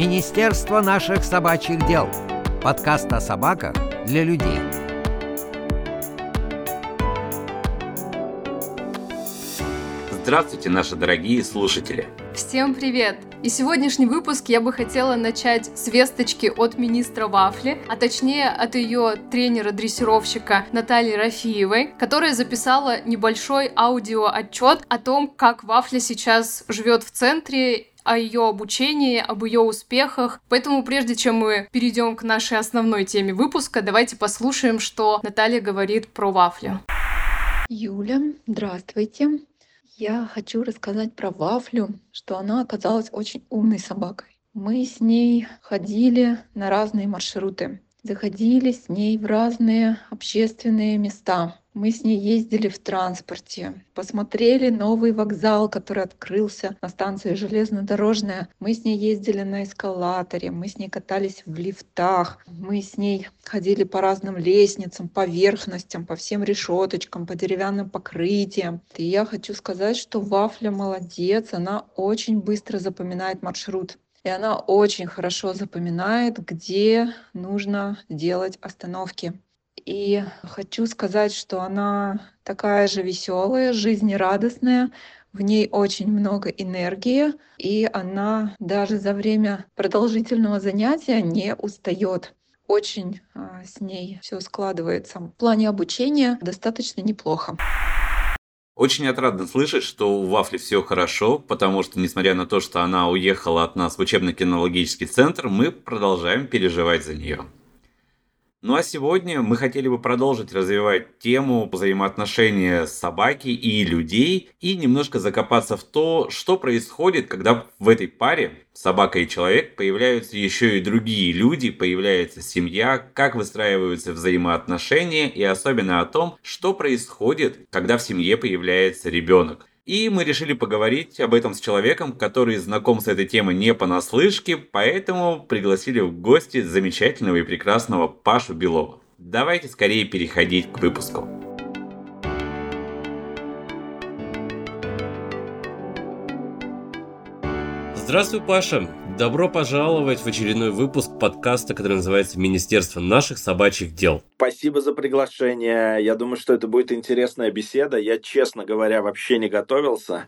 Министерство наших собачьих дел. Подкаст о собаках для людей. Здравствуйте, наши дорогие слушатели! Всем привет! И сегодняшний выпуск я бы хотела начать с весточки от министра Вафли, а точнее от ее тренера-дрессировщика Натальи Рафиевой, которая записала небольшой аудиоотчет о том, как Вафля сейчас живет в центре, о ее обучении, об ее успехах. Поэтому прежде чем мы перейдем к нашей основной теме выпуска, давайте послушаем, что Наталья говорит про Вафлю. Юля, здравствуйте. Я хочу рассказать про Вафлю, что она оказалась очень умной собакой. Мы с ней ходили на разные маршруты, заходили с ней в разные общественные места. Мы с ней ездили в транспорте, посмотрели новый вокзал, который открылся на станции железнодорожная. Мы с ней ездили на эскалаторе, мы с ней катались в лифтах, мы с ней ходили по разным лестницам, поверхностям, по всем решеточкам, по деревянным покрытиям. И я хочу сказать, что Вафля молодец, она очень быстро запоминает маршрут. И она очень хорошо запоминает, где нужно делать остановки. И хочу сказать, что она такая же веселая, жизнерадостная, в ней очень много энергии, и она даже за время продолжительного занятия не устает. Очень с ней все складывается. В плане обучения достаточно неплохо. Очень отрадно слышать, что у Вафли все хорошо, потому что, несмотря на то, что она уехала от нас в учебно-кинологический центр, мы продолжаем переживать за нее. Ну а сегодня мы хотели бы продолжить развивать тему взаимоотношения собаки и людей и немножко закопаться в то, что происходит, когда в этой паре, собака и человек, появляются еще и другие люди, появляется семья, как выстраиваются взаимоотношения и особенно о том, что происходит, когда в семье появляется ребенок. И мы решили поговорить об этом с человеком, который знаком с этой темой не понаслышке, поэтому пригласили в гости замечательного и прекрасного Пашу Белова. Давайте скорее переходить к выпуску. Здравствуй, Паша! Добро пожаловать в очередной выпуск подкаста, который называется «Министерство наших собачьих дел». Спасибо за приглашение. Я думаю, что это будет интересная беседа. Я, честно говоря, вообще не готовился,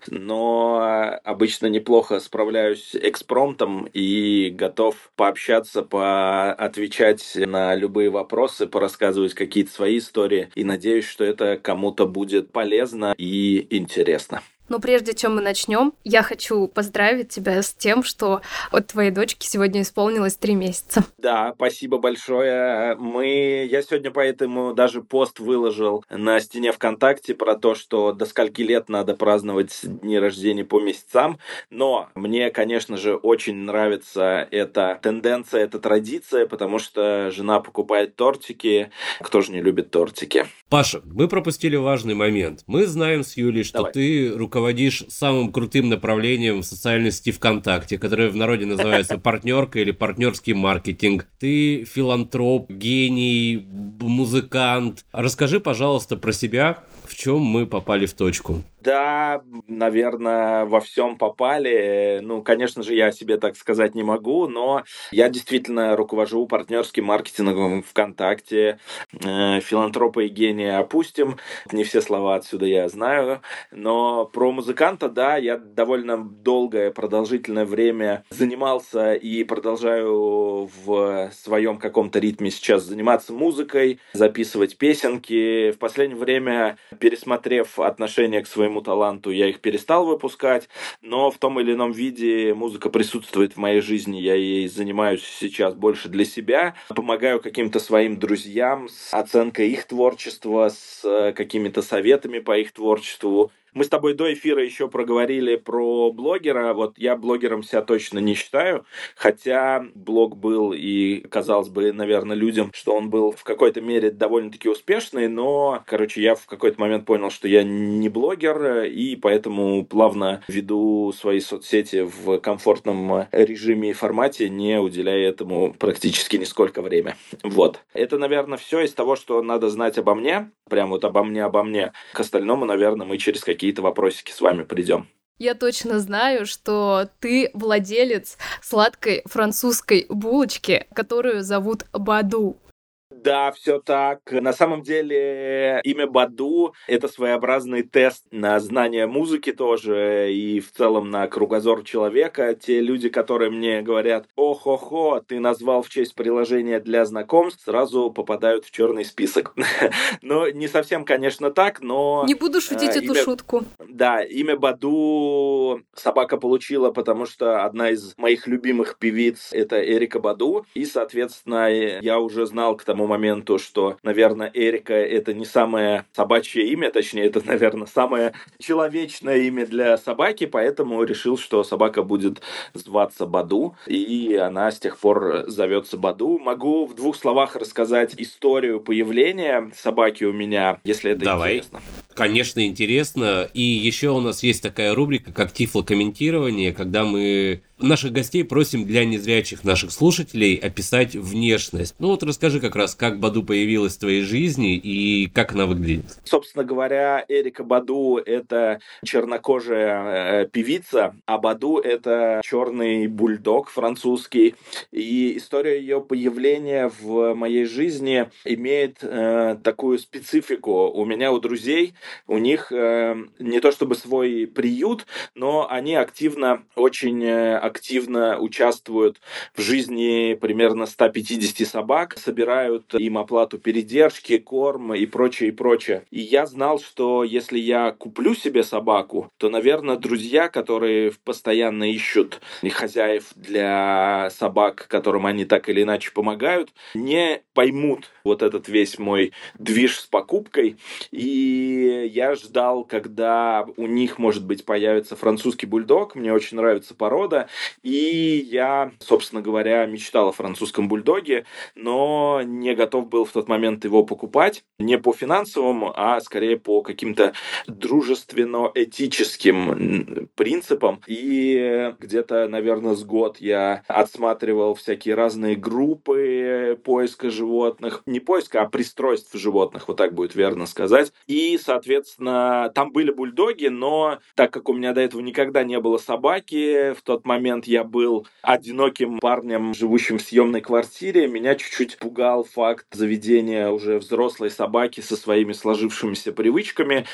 но обычно неплохо справляюсь экспромтом и готов пообщаться, поотвечать на любые вопросы, порассказывать какие-то свои истории. И надеюсь, что это кому-то будет полезно и интересно. Но прежде чем мы начнем, я хочу поздравить тебя с тем, что от твоей дочки сегодня исполнилось 3 месяца. Да, спасибо большое. Я сегодня поэтому даже пост выложил на стене ВКонтакте про то, что до скольки лет надо праздновать дни рождения по месяцам. Но мне, конечно же, очень нравится эта тенденция, эта традиция, потому что жена покупает тортики. Кто же не любит тортики? Паша, мы пропустили важный момент. Мы знаем с Юлей, что ты руководишь самым крутым направлением в социальной сети ВКонтакте, которое в народе называется партнерка или партнерский маркетинг. Ты филантроп, гений, музыкант. Расскажи, пожалуйста, про себя, в чем мы попали в точку. Да, наверное, во всем попали. Конечно же, я о себе так сказать не могу, но я действительно руковожу партнерским маркетингом ВКонтакте. Филантропа и гения опустим. Не все слова отсюда я знаю. Но про музыканта, да, я довольно долгое, продолжительное время занимался и продолжаю в своем каком-то ритме сейчас заниматься музыкой, записывать песенки. В последнее время, пересмотрев отношение к своему таланту, я их перестал выпускать, но в том или ином виде музыка присутствует в моей жизни, я ей занимаюсь сейчас больше для себя, помогаю каким-то своим друзьям с оценкой их творчества, с какими-то советами по их творчеству. Мы с тобой до эфира еще проговорили про блогера. Вот я блогером себя точно не считаю, хотя блог был и казалось бы, наверное, людям, что он был в какой-то мере довольно-таки успешный, но, я в какой-то момент понял, что я не блогер, и поэтому плавно веду свои соцсети в комфортном режиме и формате, не уделяя этому практически нисколько времени. Вот. Это, наверное, все из того, что надо знать обо мне. Прям вот обо мне. К остальному, наверное, мы через какие-то вопросики с вами придем. Я точно знаю, что ты владелец сладкой французской булочки, которую зовут Баду. Да, все так. На самом деле имя Баду — это своеобразный тест на знание музыки тоже и в целом на кругозор человека. Те люди, которые мне говорят: «О-хо-хо, ты назвал в честь приложения для знакомств», сразу попадают в черный список. Ну, не совсем, конечно, так, но... Не буду шутить эту шутку. Да, имя Баду собака получила, потому что одна из моих любимых певиц — это Эрика Баду, и, соответственно, я уже знал к тому моменту, что, наверное, Эрика — это не самое собачье имя, точнее, это, наверное, самое человечное имя для собаки, поэтому решил, что собака будет зваться Баду, и она с тех пор зовется Баду. Могу в 2 словах рассказать историю появления собаки у меня, если это интересно. Конечно, интересно. И еще у нас есть такая рубрика, как тифлокомментирование, когда мы наших гостей просим для незрячих наших слушателей описать внешность. Ну вот расскажи как раз, как Баду появилась в твоей жизни и как она выглядит. Собственно говоря, Эрика Баду — это чернокожая певица, а Баду — это черный бульдог французский. И история ее появления в моей жизни имеет такую специфику. У меня, у друзей, у них не то чтобы свой приют, но они очень активно участвуют в жизни примерно 150 собак, собирают им оплату передержки, корм и прочее, и прочее. И я знал, что если я куплю себе собаку, то, наверное, друзья, которые постоянно ищут хозяев для собак, которым они так или иначе помогают, не поймут вот этот весь мой движ с покупкой. И я ждал, когда у них, может быть, появится французский бульдог. Мне очень нравится порода. И я, собственно говоря, мечтал о французском бульдоге, но не готов был в тот момент его покупать. Не по финансовым, а скорее по каким-то дружественно-этическим принципам. И где-то, наверное, с год я отсматривал всякие разные группы поиска животных. Не поиска, а пристройств животных, вот так будет верно сказать. И, соответственно, там были бульдоги, но так как у меня до этого никогда не было собаки, в тот момент я был одиноким парнем, живущим в съемной квартире, меня чуть-чуть пугал факт заведения уже взрослой собаки со своими сложившимися привычками.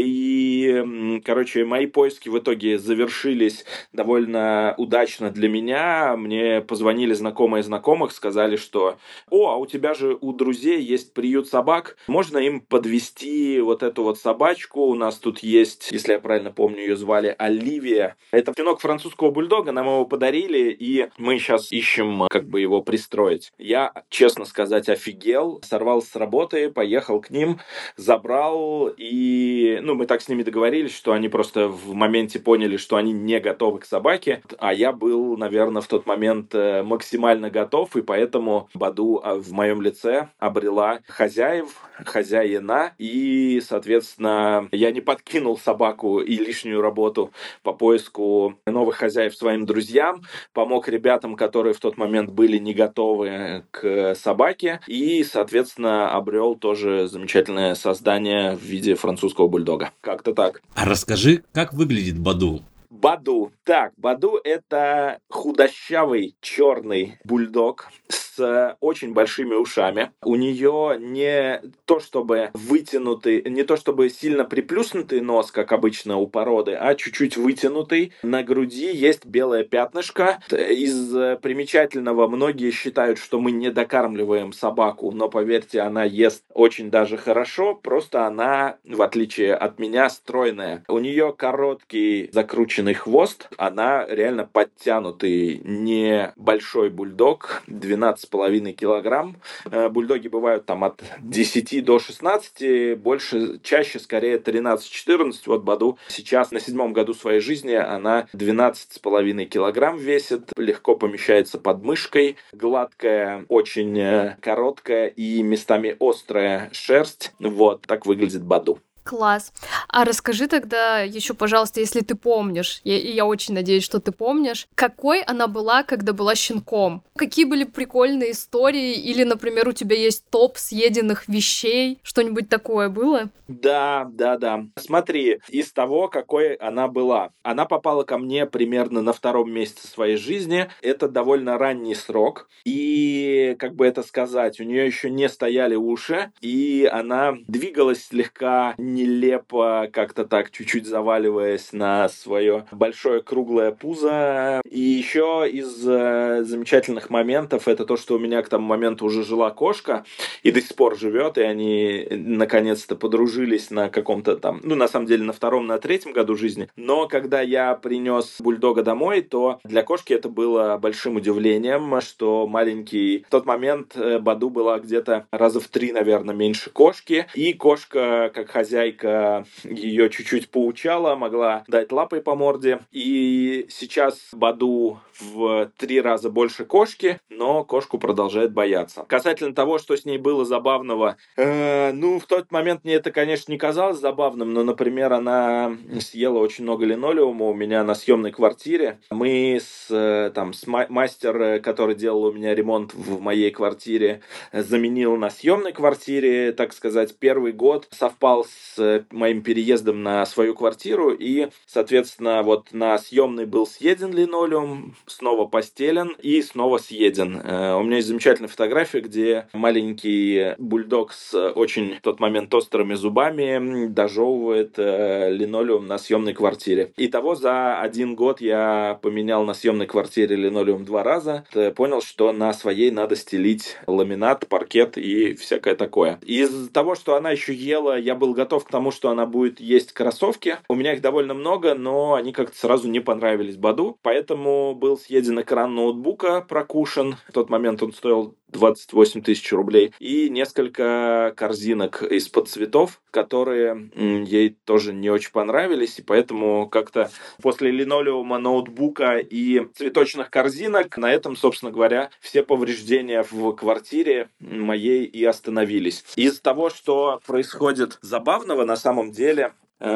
И, короче, мои поиски в итоге завершились довольно удачно для меня. Мне позвонили знакомые знакомых, сказали, что а у тебя же у друзей есть приют собак, можно им подвести вот эту вот собачку. У нас тут есть, если я правильно помню, ее звали Оливия. Это щенок французского бульдога, нам его подарили, и мы сейчас ищем, как бы его пристроить. Я, честно сказать, офигел, сорвался с работы, поехал к ним, забрал, и мы так с ними договорились, что они просто в моменте поняли, что они не готовы к собаке, а я был, наверное, в тот момент максимально готов, и поэтому Баду в моем лице обрела хозяина, и, соответственно, я не подкинул собаку и лишнюю работу по поиску новых хозяев своим друзьям, помог ребятам, которые в тот момент были не готовы к собаке, и, соответственно, обрел тоже замечательное создание в виде французского бульдога. Как-то так. А расскажи, как выглядит Баду? Баду. Так, Баду — это худощавый черный бульдог с очень большими ушами. У нее не то чтобы вытянутый, не то чтобы сильно приплюснутый нос, как обычно у породы, а чуть-чуть вытянутый. На груди есть белое пятнышко. Из примечательного многие считают, что мы не докармливаем собаку, но поверьте, она ест очень даже хорошо, просто она, в отличие от меня, стройная. У нее короткий закрученный хвост, она реально подтянутый небольшой бульдог, 12,5 килограмм. Бульдоги бывают там от 10 до 16, чаще скорее 13-14. Вот Баду сейчас на 7-м году своей жизни она 12,5 килограмм весит, легко помещается под мышкой, гладкая, очень короткая и местами острая шерсть. Вот так выглядит Баду. Класс. А расскажи тогда еще, пожалуйста, если ты помнишь, я очень надеюсь, что ты помнишь, какой она была, когда была щенком? Какие были прикольные истории? Или, например, у тебя есть топ съеденных вещей? Что-нибудь такое было? Да. Смотри, из того, какой она была. Она попала ко мне примерно на 2-м месяце своей жизни. Это довольно ранний срок. И, как бы это сказать, у нее еще не стояли уши, и она двигалась слегка нелепо, как-то так, чуть-чуть заваливаясь на свое большое круглое пузо. И еще из замечательных моментов это то, что у меня к тому моменту уже жила кошка, и до сих пор живет, и они наконец-то подружились на каком-то там, на самом деле на 2-м, на 3-м году жизни. Но когда я принес бульдога домой, то для кошки это было большим удивлением, что маленький... В тот момент Баду была где-то раза в 3, наверное, меньше кошки, и кошка, как хозяйка, ее чуть-чуть поучала, могла дать лапой по морде, и сейчас Баду в 3 раза больше кошки, но кошку продолжает бояться. Касательно того, что с ней было забавного, в тот момент мне это, конечно, не казалось забавным, но, например, она съела очень много линолеума у меня на съемной квартире. Мы мастер, который делал у меня ремонт в моей квартире, заменил на съемной квартире, так сказать, 1-й год совпал с моим переездом на свою квартиру, и, соответственно, вот на съемной был съеден линолеум, снова постелен и снова съеден. У меня есть замечательная фотография, где маленький бульдог с очень в тот момент острыми зубами дожевывает линолеум на съемной квартире. Итого за 1 год я поменял на съемной квартире линолеум 2 раза. Понял, что на своей надо стелить ламинат, паркет и всякое такое. Из того, что она еще ела, я был готов к тому, что она будет есть кроссовки. У меня их довольно много, но они как-то сразу не понравились Баду. Поэтому был съеден экран ноутбука прокушен. В тот момент он стоил 28 тысяч рублей. И несколько корзинок из-под цветов, которые ей тоже не очень понравились. И поэтому как-то после линолеума, ноутбука и цветочных корзинок на этом, собственно говоря, все повреждения в квартире моей и остановились. Из того, что происходит забавного, на самом деле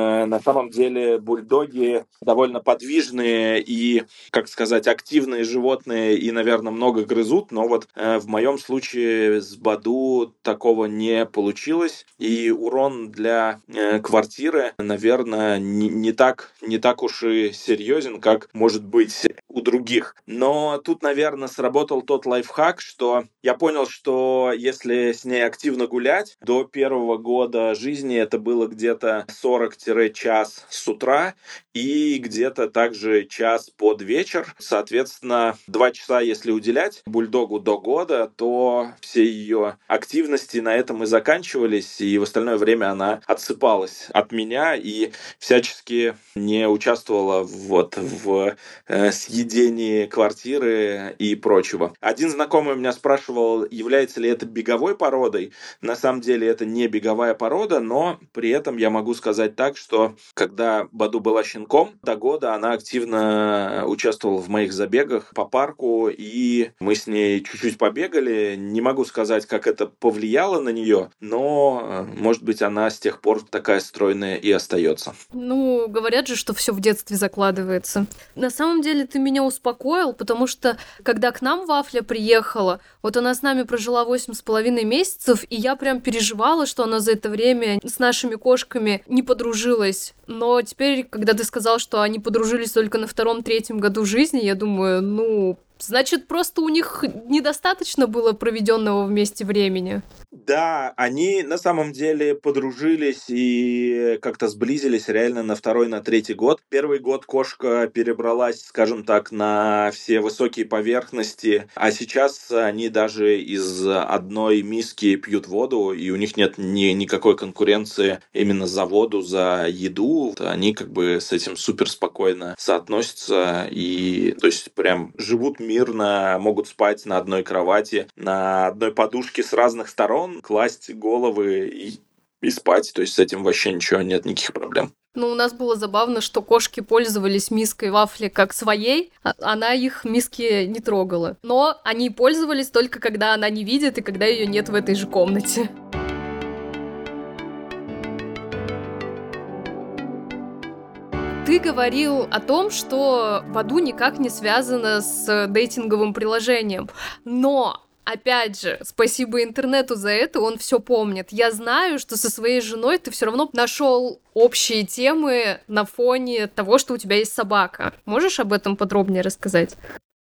бульдоги довольно подвижные и, как сказать, активные животные и, наверное, много грызут, но вот в моем случае с Баду такого не получилось, и урон для квартиры, наверное, не так уж и серьезен, как может быть у других. Но тут, наверное, сработал тот лайфхак, что я понял, что если с ней активно гулять, до 1-го года жизни это было где-то 40-час с утра и где-то также час под вечер. Соответственно, 2 часа, если уделять бульдогу до года, то все ее активности на этом и заканчивались, и в остальное время она отсыпалась от меня и всячески не участвовала в съедении квартиры и прочего. Один знакомый меня спрашивал, является ли это беговой породой. На самом деле это не беговая порода, но при этом я могу сказать так, что когда Баду была щенком, до года она активно участвовала в моих забегах по парку, и мы с ней чуть-чуть побегали. Не могу сказать, как это повлияло на нее, но, может быть, она с тех пор такая стройная и остается. Говорят же, что все в детстве закладывается. На самом деле ты меня успокоил, потому что, когда к нам Вафля приехала, вот она с нами прожила 8,5 месяцев, и я прям переживала, что она за это время с нашими кошками не подружилась. Но теперь, когда ты сказал, что они подружились только на 2-3 году жизни, я думаю, значит, просто у них недостаточно было проведенного вместе времени. Да, они на самом деле подружились и как-то сблизились реально на 2-й, на 3-й год. 1-й год кошка перебралась, скажем так, на все высокие поверхности, а сейчас они даже из одной миски пьют воду, и у них нет никакой конкуренции именно за воду, за еду. Они как бы с этим супер спокойно соотносятся и, то есть, прям живут мирно, могут спать на одной кровати, на одной подушке с разных сторон, класть головы и спать. То есть с этим вообще ничего, нет никаких проблем. У нас было забавно, что кошки пользовались миской Вафли как своей, она их миски не трогала. Но они пользовались только когда она не видит и когда ее нет в этой же комнате. Ты говорил о том, что Баду никак не связано с дейтинговым приложением, но опять же, спасибо интернету за это, он все помнит. Я знаю, что со своей женой ты все равно нашел общие темы на фоне того, что у тебя есть собака. Можешь об этом подробнее рассказать?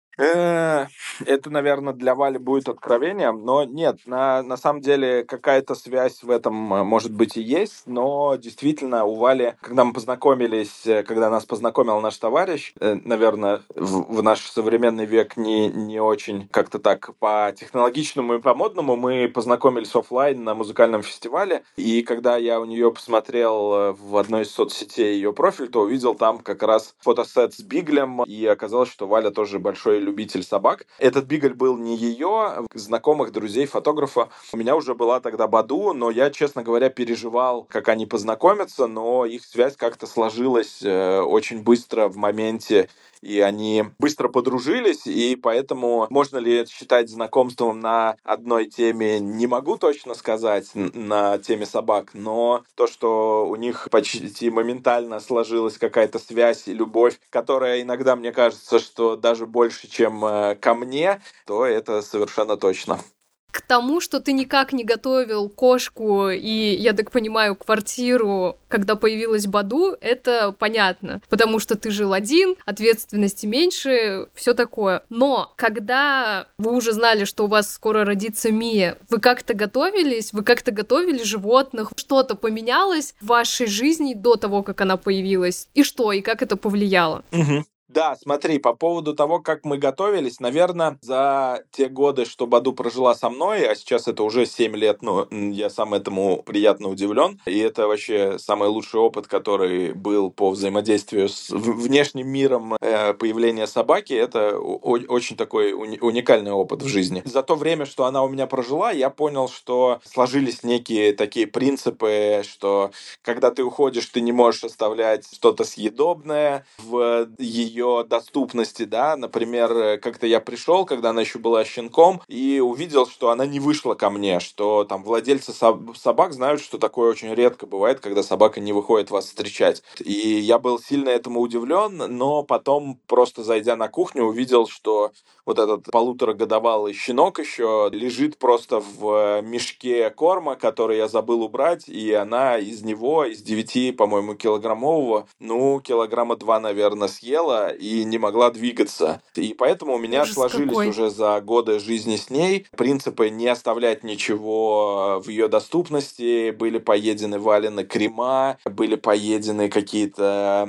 Это, наверное, для Вали будет откровением, но нет, на самом деле какая-то связь в этом, может быть, и есть, но действительно у Вали, когда мы познакомились, когда нас познакомил наш товарищ, наверное, в наш современный век не очень как-то так по-технологичному и по-модному, мы познакомились офлайн на музыкальном фестивале, и когда я у нее посмотрел в одной из соцсетей ее профиль, то увидел там как раз фотосет с Биглем, и оказалось, что Валя тоже большой любитель собак. Этот Бигль был не ее, знакомых, друзей, фотографа. У меня уже была тогда Баду, но я, честно говоря, переживал, как они познакомятся, но их связь как-то сложилась очень быстро в моменте, и они быстро подружились, и поэтому можно ли это считать знакомством на одной теме, не могу точно сказать, на теме собак, но то, что у них почти моментально сложилась какая-то связь и любовь, которая иногда, мне кажется, что даже больше, чем ко мне, то это совершенно точно. К тому, что ты никак не готовил кошку и, я так понимаю, квартиру, когда появилась Баду, это понятно, потому что ты жил один, ответственности меньше, все такое. Но когда вы уже знали, что у вас скоро родится Мия, вы как-то готовились? Вы как-то готовили животных? Что-то поменялось в вашей жизни до того, как она появилась? И что? И как это повлияло? Да, смотри, по поводу того, как мы готовились, наверное, за те годы, что Баду прожила со мной, а сейчас это уже 7 лет, ну, я сам этому приятно удивлен, и это вообще самый лучший опыт, который был по взаимодействию с внешним миром появления собаки, это очень такой уникальный опыт в жизни. За то время, что она у меня прожила, я понял, что сложились некие такие принципы, что когда ты уходишь, ты не можешь оставлять что-то съедобное в ее доступности, да, например, как-то я пришел, когда она еще была щенком, и увидел, что она не вышла ко мне, что там владельцы собак знают, что такое очень редко бывает, когда собака не выходит вас встречать. И я был сильно этому удивлен, но потом, просто зайдя на кухню, увидел, что вот этот полуторагодовалый щенок еще лежит просто в мешке корма, который я забыл убрать, и она из него, из 9, по-моему, килограммового, килограмма 2, наверное, съела и не могла двигаться. И поэтому у меня сложились уже за годы жизни с ней принципы не оставлять ничего в ее доступности. Были поедены Валины крема, были поедены какие-то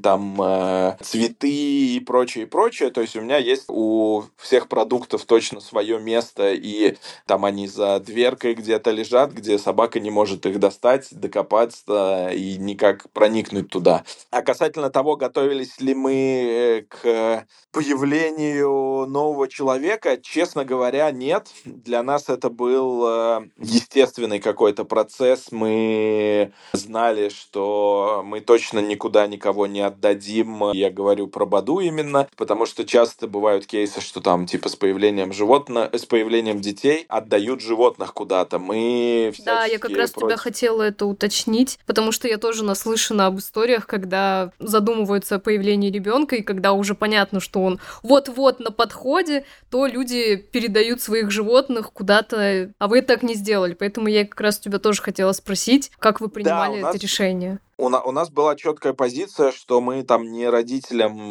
там цветы и прочее, прочее. То есть у меня есть у всех продуктов точно свое место, и там они за дверкой где-то лежат, где собака не может их достать, докопаться и никак проникнуть туда. А касательно того, готовились ли мы к появлению нового человека, честно говоря, нет. Для нас это был естественный какой-то процесс. Мы знали, что мы точно никуда никого не отдадим. Я говорю про Баду именно, потому что часто бывают кейсы, что там типа с появлением детей отдают животных куда-то. Да, я как раз тебя хотела это уточнить, потому что я тоже наслышана об историях, когда задумываются о появлении ребенка, и когда уже понятно, что он вот-вот на подходе, то люди передают своих животных куда-то, а вы так не сделали. Поэтому я как раз тебя тоже хотела спросить, как вы принимали это решение. У нас была четкая позиция, что мы там ни родителям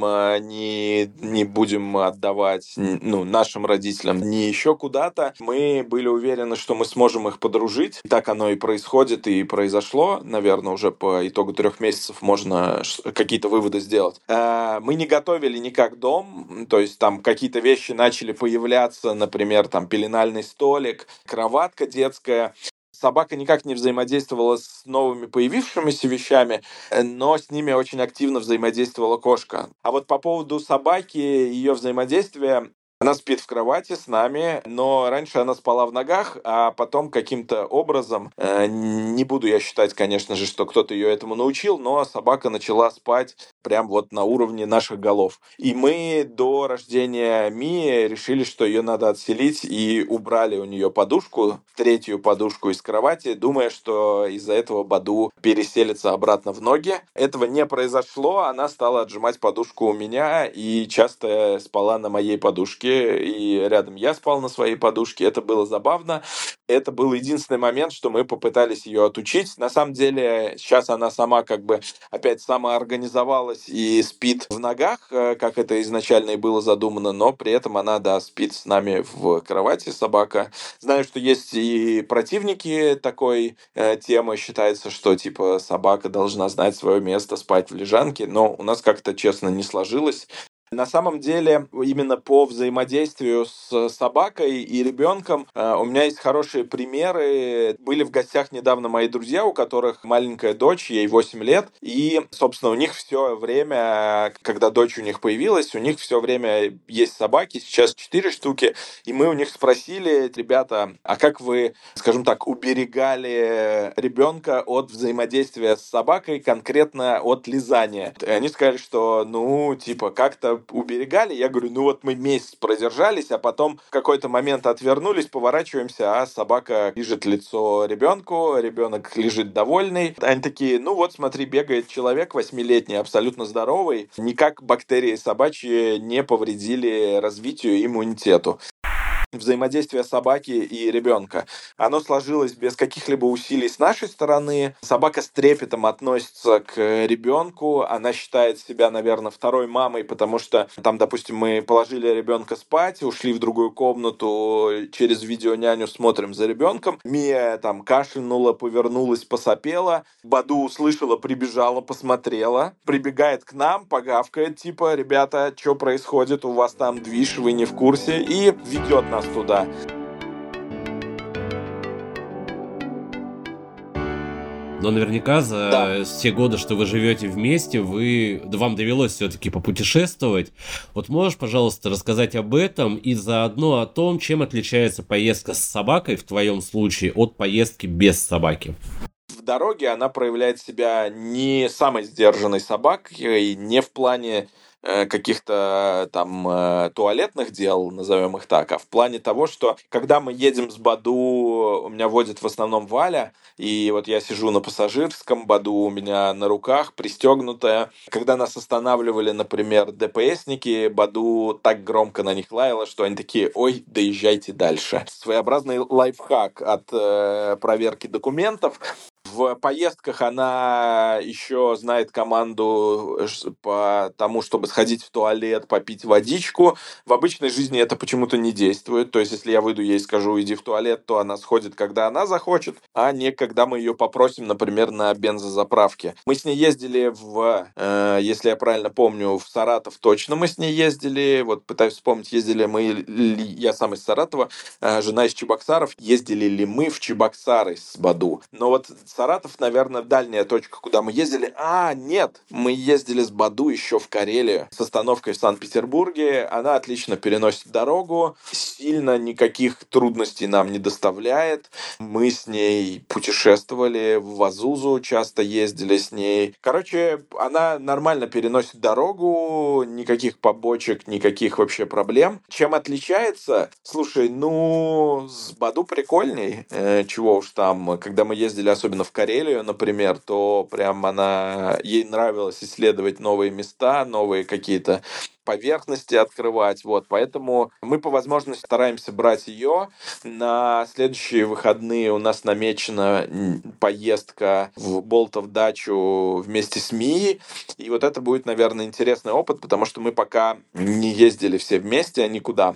не будем отдавать, нашим родителям, ни еще куда-то. Мы были уверены, что мы сможем их подружить. Так оно и происходит, и произошло. Наверное, уже по итогу 3 месяцев можно какие-то выводы сделать. Мы не готовили никак дом, то есть там какие-то вещи начали появляться, например, там пеленальный столик, кроватка детская. Собака никак не взаимодействовала с новыми появившимися вещами, но с ними очень активно взаимодействовала кошка. А вот по поводу собаки, ее взаимодействия, она спит в кровати с нами, но раньше она спала в ногах, а потом каким-то образом, не буду я считать, конечно же, что кто-то ее этому научил, но собака начала спать прям вот на уровне наших голов. И мы до рождения Мии решили, что ее надо отселить, и убрали у нее подушку, третью подушку из кровати, думая, что из-за этого Баду переселится обратно в ноги. Этого не произошло, она стала отжимать подушку у меня и часто спала на моей подушке, и рядом я спал на своей подушке. Это было забавно. Это был единственный момент, что мы попытались ее отучить. На самом деле, сейчас она сама опять самоорганизовалась и спит в ногах, как это изначально и было задумано, но при этом она, спит с нами в кровати, собака. Знаю, что есть и противники такой темы. Считается, что собака должна знать свое место, спать в лежанке, но у нас как-то, честно, не сложилось. На самом деле, именно по взаимодействию с собакой и ребенком у меня есть хорошие примеры. Были в гостях недавно мои друзья, у которых маленькая дочь, ей 8 лет, и, собственно, у них все время, когда дочь у них появилась, у них все время есть собаки, сейчас 4 штуки, и мы у них спросили: ребята, а как вы, скажем так, уберегали ребенка от взаимодействия с собакой, конкретно от лизания? И они сказали, что, как-то уберегали. Я говорю, мы месяц продержались, а потом в какой-то момент отвернулись, поворачиваемся, а собака лижет лицо ребенку, ребенок лежит довольный. Они такие, смотри, бегает человек 8-летний, абсолютно здоровый, никак бактерии собачьи не повредили развитию и иммунитету. Взаимодействие собаки и ребенка. Оно сложилось без каких-либо усилий с нашей стороны. Собака с трепетом относится к ребенку. Она считает себя, наверное, второй мамой, потому что там, допустим, мы положили ребенка спать, ушли в другую комнату, через видеоняню смотрим за ребенком. Мия кашлянула, повернулась, посопела. Баду услышала, прибежала, посмотрела. Прибегает к нам, погавкает, ребята, что происходит? У вас там движ, вы не в курсе. И ведет нас туда. Но наверняка за те годы, что вы живете вместе, вам довелось все-таки попутешествовать. Вот можешь, пожалуйста, рассказать об этом и заодно о том, чем отличается поездка с собакой в твоем случае от поездки без собаки? В дороге она проявляет себя не самой сдержанной собакой, не в плане каких-то туалетных дел, назовем их так, а в плане того, что когда мы едем с Баду, у меня водит в основном Валя, и вот я сижу на пассажирском, Баду у меня на руках, пристегнутая. Когда нас останавливали, например, ДПСники, Баду так громко на них лаяла, что они такие: ой, доезжайте дальше. Своеобразный лайфхак от проверки документов. В поездках она еще знает команду по тому, чтобы сходить в туалет, попить водичку. В обычной жизни это почему-то не действует. То есть, если я выйду, ей скажу: иди в туалет, то она сходит, когда она захочет, а не когда мы ее попросим, например, на бензозаправке. Мы с ней ездили если я правильно помню, в Саратов точно мы с ней ездили. Вот пытаюсь вспомнить, ездили мы, я сам из Саратова, жена из Чебоксаров. Ездили ли мы в Чебоксары с Баду? Но вот Саратов, наверное, дальняя точка, куда мы ездили. Нет, мы ездили с Баду еще в Карелию с остановкой в Санкт-Петербурге. Она отлично переносит дорогу, сильно никаких трудностей нам не доставляет. Мы с ней путешествовали в Вазузу, часто ездили с ней. Короче, она нормально переносит дорогу, никаких побочек, никаких вообще проблем. Чем отличается? Слушай, с Баду прикольней. Чего уж там, когда мы ездили особенно в Карелию, например, то прям ей нравилось исследовать новые места, новые какие-то поверхности открывать. Поэтому мы по возможности стараемся брать ее. На следующие выходные у нас намечена поездка в Болтов дачу вместе с Мией. И это будет, наверное, интересный опыт, потому что мы пока не ездили все вместе никуда.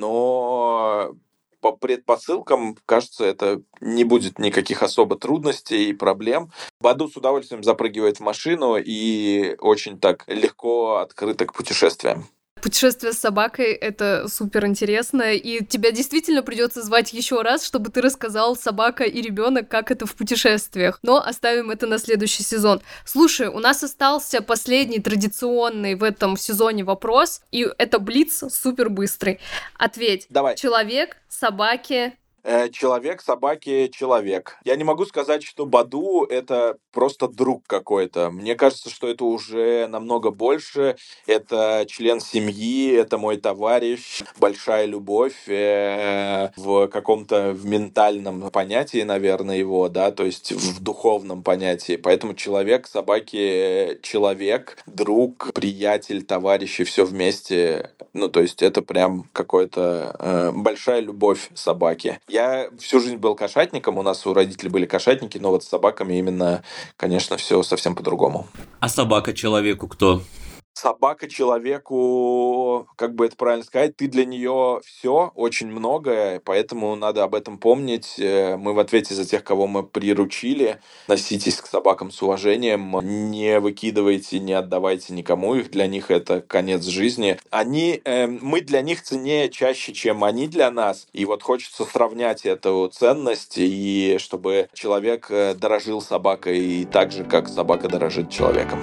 Но по предпосылкам, кажется, это не будет никаких особо трудностей и проблем. Баду с удовольствием запрыгивает в машину и очень так легко открыта к путешествиям. Путешествие с собакой — это супер интересно, и тебя действительно придется звать еще раз, чтобы ты рассказал «Собака и ребенок», как это в путешествиях. Но оставим это на следующий сезон. Слушай, у нас остался последний традиционный в этом сезоне вопрос, и это блиц супер быстрый. Ответь. Давай. Человек, собаки, Человек, собаки, человек. Я не могу сказать, что Баду — это просто друг какой-то. Мне кажется, что это уже намного больше. Это член семьи, это мой товарищ, большая любовь в каком-то ментальном понятии, наверное, его, да, то есть в духовном понятии. Поэтому человек, собаки, человек, друг, приятель, товарищ и все вместе. Ну, то есть это прям какая-то большая любовь собаки. Я всю жизнь был кошатником, у нас у родителей были кошатники, но вот с собаками именно, конечно, все совсем по-другому. А собака человеку кто? Собака человеку, как бы это правильно сказать, ты для нее все, очень многое, поэтому надо об этом помнить. Мы в ответе за тех, кого мы приручили. Относитесь к собакам с уважением, не выкидывайте, не отдавайте никому их, для них это конец жизни. Мы для них ценнее чаще, чем они для нас, и вот хочется сравнять эту ценность, и чтобы человек дорожил собакой так же, как собака дорожит человеком.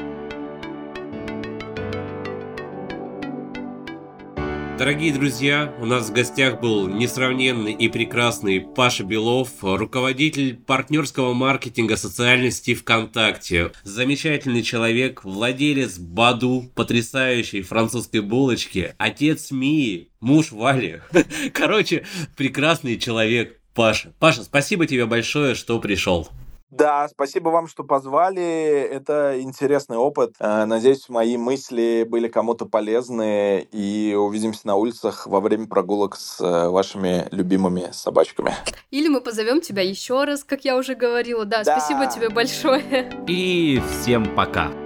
Дорогие друзья, у нас в гостях был несравненный и прекрасный Паша Белов, руководитель партнерского маркетинга социальной сети ВКонтакте. Замечательный человек, владелец Баду, потрясающей французской булочки, отец Мии, муж Вали. Короче, прекрасный человек Паша. Паша, спасибо тебе большое, что пришел. Да, спасибо вам, что позвали. Это интересный опыт. Надеюсь, мои мысли были кому-то полезны. И увидимся на улицах во время прогулок с вашими любимыми собачками. Или мы позовем тебя еще раз, как я уже говорила. Да, спасибо тебе большое. И всем пока.